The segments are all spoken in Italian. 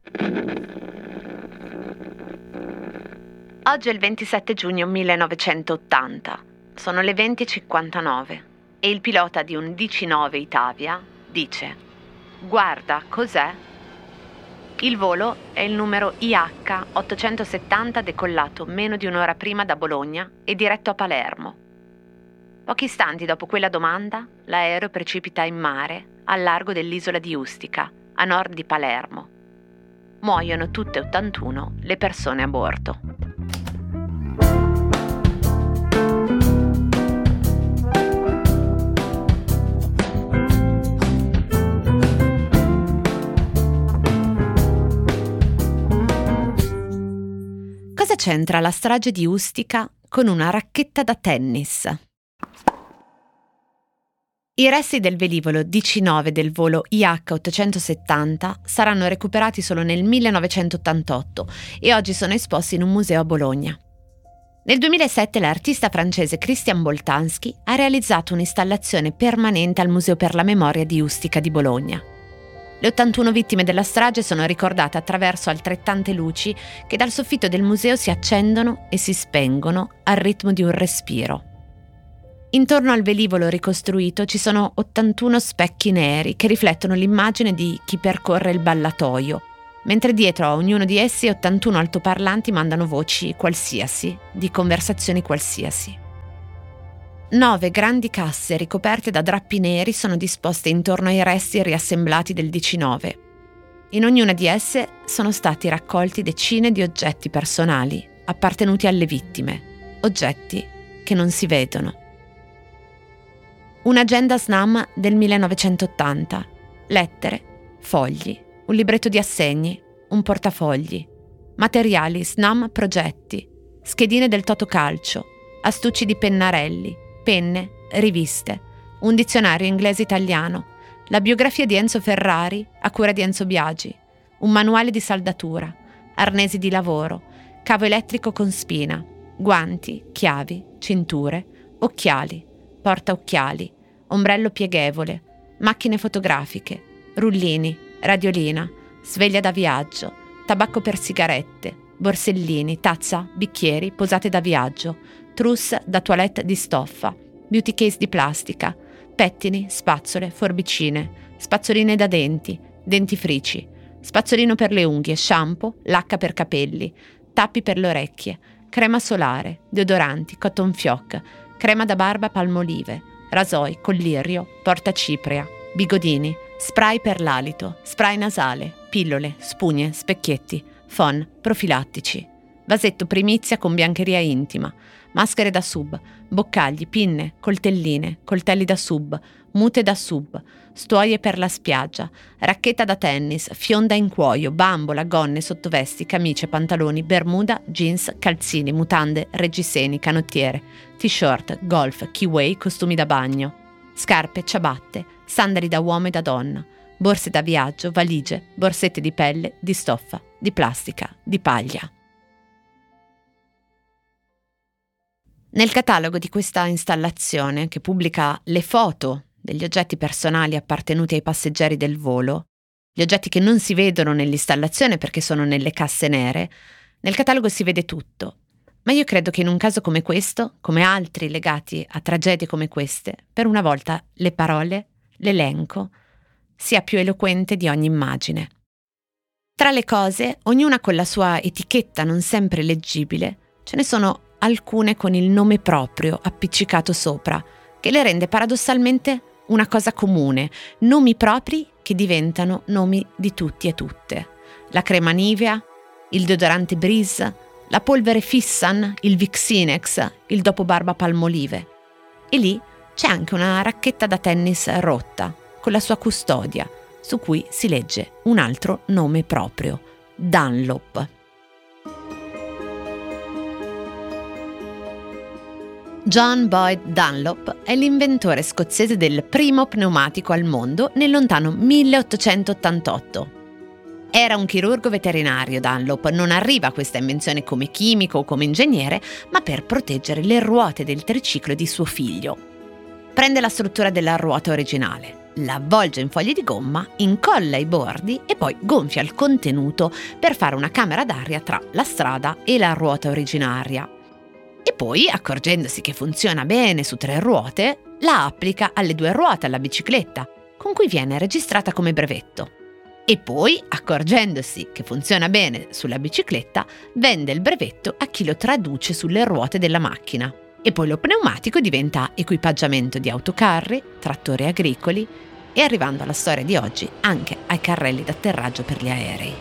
Oggi è il 27 giugno 1980, sono le 20:59 e il pilota di un DC-9 Itavia dice: "Guarda, cos'è?" Il volo è il numero IH-870 decollato meno di un'ora prima da Bologna e diretto a Palermo. Pochi istanti dopo quella domanda, l'aereo precipita in mare al largo dell'isola di Ustica, a nord di Palermo. Muoiono tutte e 81 le persone a bordo. Cosa c'entra la strage di Ustica con una racchetta da tennis? I resti del velivolo DC-9 del volo IH-870 saranno recuperati solo nel 1988 e oggi sono esposti in un museo a Bologna. Nel 2007 l'artista francese Christian Boltanski ha realizzato un'installazione permanente al Museo per la Memoria di Ustica di Bologna. Le 81 vittime della strage sono ricordate attraverso altrettante luci che dal soffitto del museo si accendono e si spengono al ritmo di un respiro. Intorno al velivolo ricostruito ci sono 81 specchi neri che riflettono l'immagine di chi percorre il ballatoio, mentre dietro a ognuno di essi 81 altoparlanti mandano voci qualsiasi, di conversazioni qualsiasi. 9 grandi casse ricoperte da drappi neri sono disposte intorno ai resti riassemblati del DC-9. In ognuna di esse sono stati raccolti decine di oggetti personali appartenuti alle vittime, oggetti che non si vedono. Un'agenda SNAM del 1980, lettere, fogli, un libretto di assegni, un portafogli, materiali SNAM progetti, schedine del Totocalcio, astucci di pennarelli, penne, riviste, un dizionario inglese-italiano, la biografia di Enzo Ferrari a cura di Enzo Biagi, un manuale di saldatura, arnesi di lavoro, cavo elettrico con spina, guanti, chiavi, cinture, occhiali, portaocchiali, ombrello pieghevole, macchine fotografiche, rullini, radiolina, sveglia da viaggio, tabacco per sigarette, borsellini, tazza, bicchieri, posate da viaggio, trousse da toilette di stoffa, beauty case di plastica, pettini, spazzole, forbicine, spazzoline da denti, dentifrici, spazzolino per le unghie, shampoo, lacca per capelli, tappi per le orecchie, crema solare, deodoranti, cotton fioc, crema da barba Palmolive, rasoi, collirio, portacipria, bigodini, spray per l'alito, spray nasale, pillole, spugne, specchietti, phon, profilattici, vasetto primizia con biancheria intima, maschere da sub, boccagli, pinne, coltelline, coltelli da sub, mute da sub, stuoie per la spiaggia, racchetta da tennis, fionda in cuoio, bambola, gonne, sottovesti, camicie, pantaloni, bermuda, jeans, calzini, mutande, reggiseni, canottiere, t-shirt, golf, keyway, costumi da bagno, scarpe, ciabatte, sandali da uomo e da donna, borse da viaggio, valigie, borsette di pelle, di stoffa, di plastica, di paglia. Nel catalogo di questa installazione, che pubblica le foto degli oggetti personali appartenuti ai passeggeri del volo, gli oggetti che non si vedono nell'installazione perché sono nelle casse nere, nel catalogo si vede tutto. Ma io credo che in un caso come questo, come altri legati a tragedie come queste, per una volta le parole, l'elenco, sia più eloquente di ogni immagine. Tra le cose, ognuna con la sua etichetta non sempre leggibile, ce ne sono alcune con il nome proprio appiccicato sopra, che le rende paradossalmente una cosa comune, nomi propri che diventano nomi di tutti e tutte. La crema Nivea, il deodorante Breeze, la polvere Fissan, il Vixinex, il dopobarba Palmolive. E lì c'è anche una racchetta da tennis rotta, con la sua custodia, su cui si legge un altro nome proprio, Dunlop. John Boyd Dunlop è l'inventore scozzese del primo pneumatico al mondo nel lontano 1888. Era un chirurgo veterinario Dunlop, non arriva a questa invenzione come chimico o come ingegnere, ma per proteggere le ruote del triciclo di suo figlio. Prende la struttura della ruota originale, la avvolge in fogli di gomma, incolla i bordi e poi gonfia il contenuto per fare una camera d'aria tra la strada e la ruota originaria. E poi, accorgendosi che funziona bene su 3 ruote, la applica alle 2 ruote alla bicicletta, con cui viene registrata come brevetto. E poi, accorgendosi che funziona bene sulla bicicletta, vende il brevetto a chi lo traduce sulle ruote della macchina. E poi lo pneumatico diventa equipaggiamento di autocarri, trattori agricoli e, arrivando alla storia di oggi, anche ai carrelli d'atterraggio per gli aerei.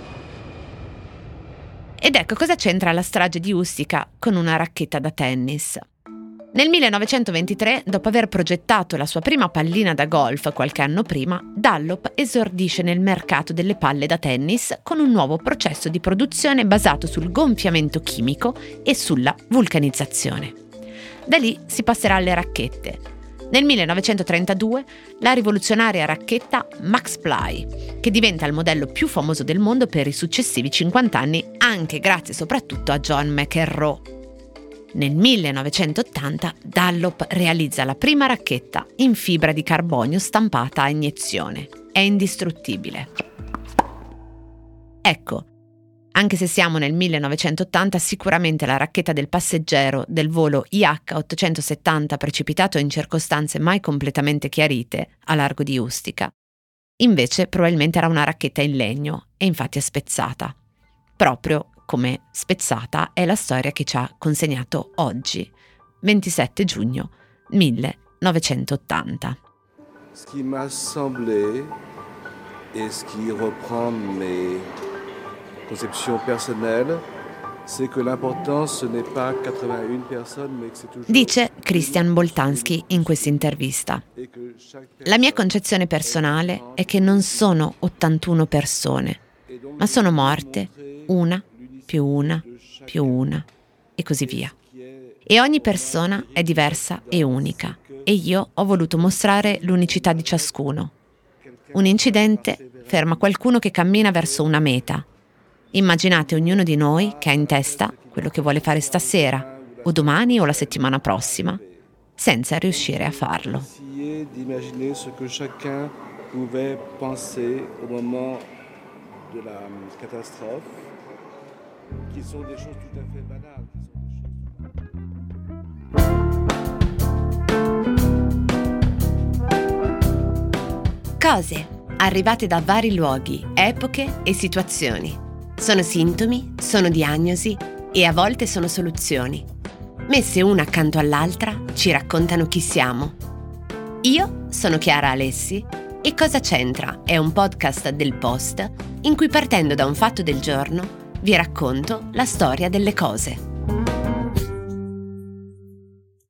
Ed ecco cosa c'entra la strage di Ustica con una racchetta da tennis. Nel 1923, dopo aver progettato la sua prima pallina da golf qualche anno prima, Dunlop esordisce nel mercato delle palle da tennis con un nuovo processo di produzione basato sul gonfiamento chimico e sulla vulcanizzazione. Da lì si passerà alle racchette. Nel 1932 la rivoluzionaria racchetta Max Ply, che diventa il modello più famoso del mondo per i successivi 50 anni, anche grazie soprattutto a John McEnroe. Nel 1980 Dunlop realizza la prima racchetta in fibra di carbonio stampata a iniezione. È indistruttibile. Ecco, anche se siamo nel 1980, sicuramente la racchetta del passeggero del volo IH-870 precipitato in circostanze mai completamente chiarite a largo di Ustica, invece probabilmente era una racchetta in legno e infatti è spezzata. Proprio come spezzata è la storia che ci ha consegnato oggi, 27 giugno 1980. Ce qui m'a semblé et ce qui reprend mes conceptions personnelles, c'est que l'important ce n'est pas 81 personnes, mais que c'est toujours... Dice Christian Boltanski in questa intervista. La mia concezione personale è che non sono 81 persone, ma sono morte una più una, più una, e così via. E ogni persona è diversa e unica, e io ho voluto mostrare l'unicità di ciascuno. Un incidente ferma qualcuno che cammina verso una meta. Immaginate ognuno di noi che ha in testa quello che vuole fare stasera, o domani o la settimana prossima, senza riuscire a farlo. D'imaginer ce que chacun pouvait penser au moment de la catastrophe. Qui sont des choses tout à fait banales, Cose arrivate da vari luoghi, epoche e situazioni. Sono sintomi, sono diagnosi e a volte sono soluzioni. Messe una accanto all'altra ci raccontano chi siamo. Io sono Chiara Alessi e Cosa c'entra è un podcast del Post in cui, partendo da un fatto del giorno, vi racconto la storia delle cose.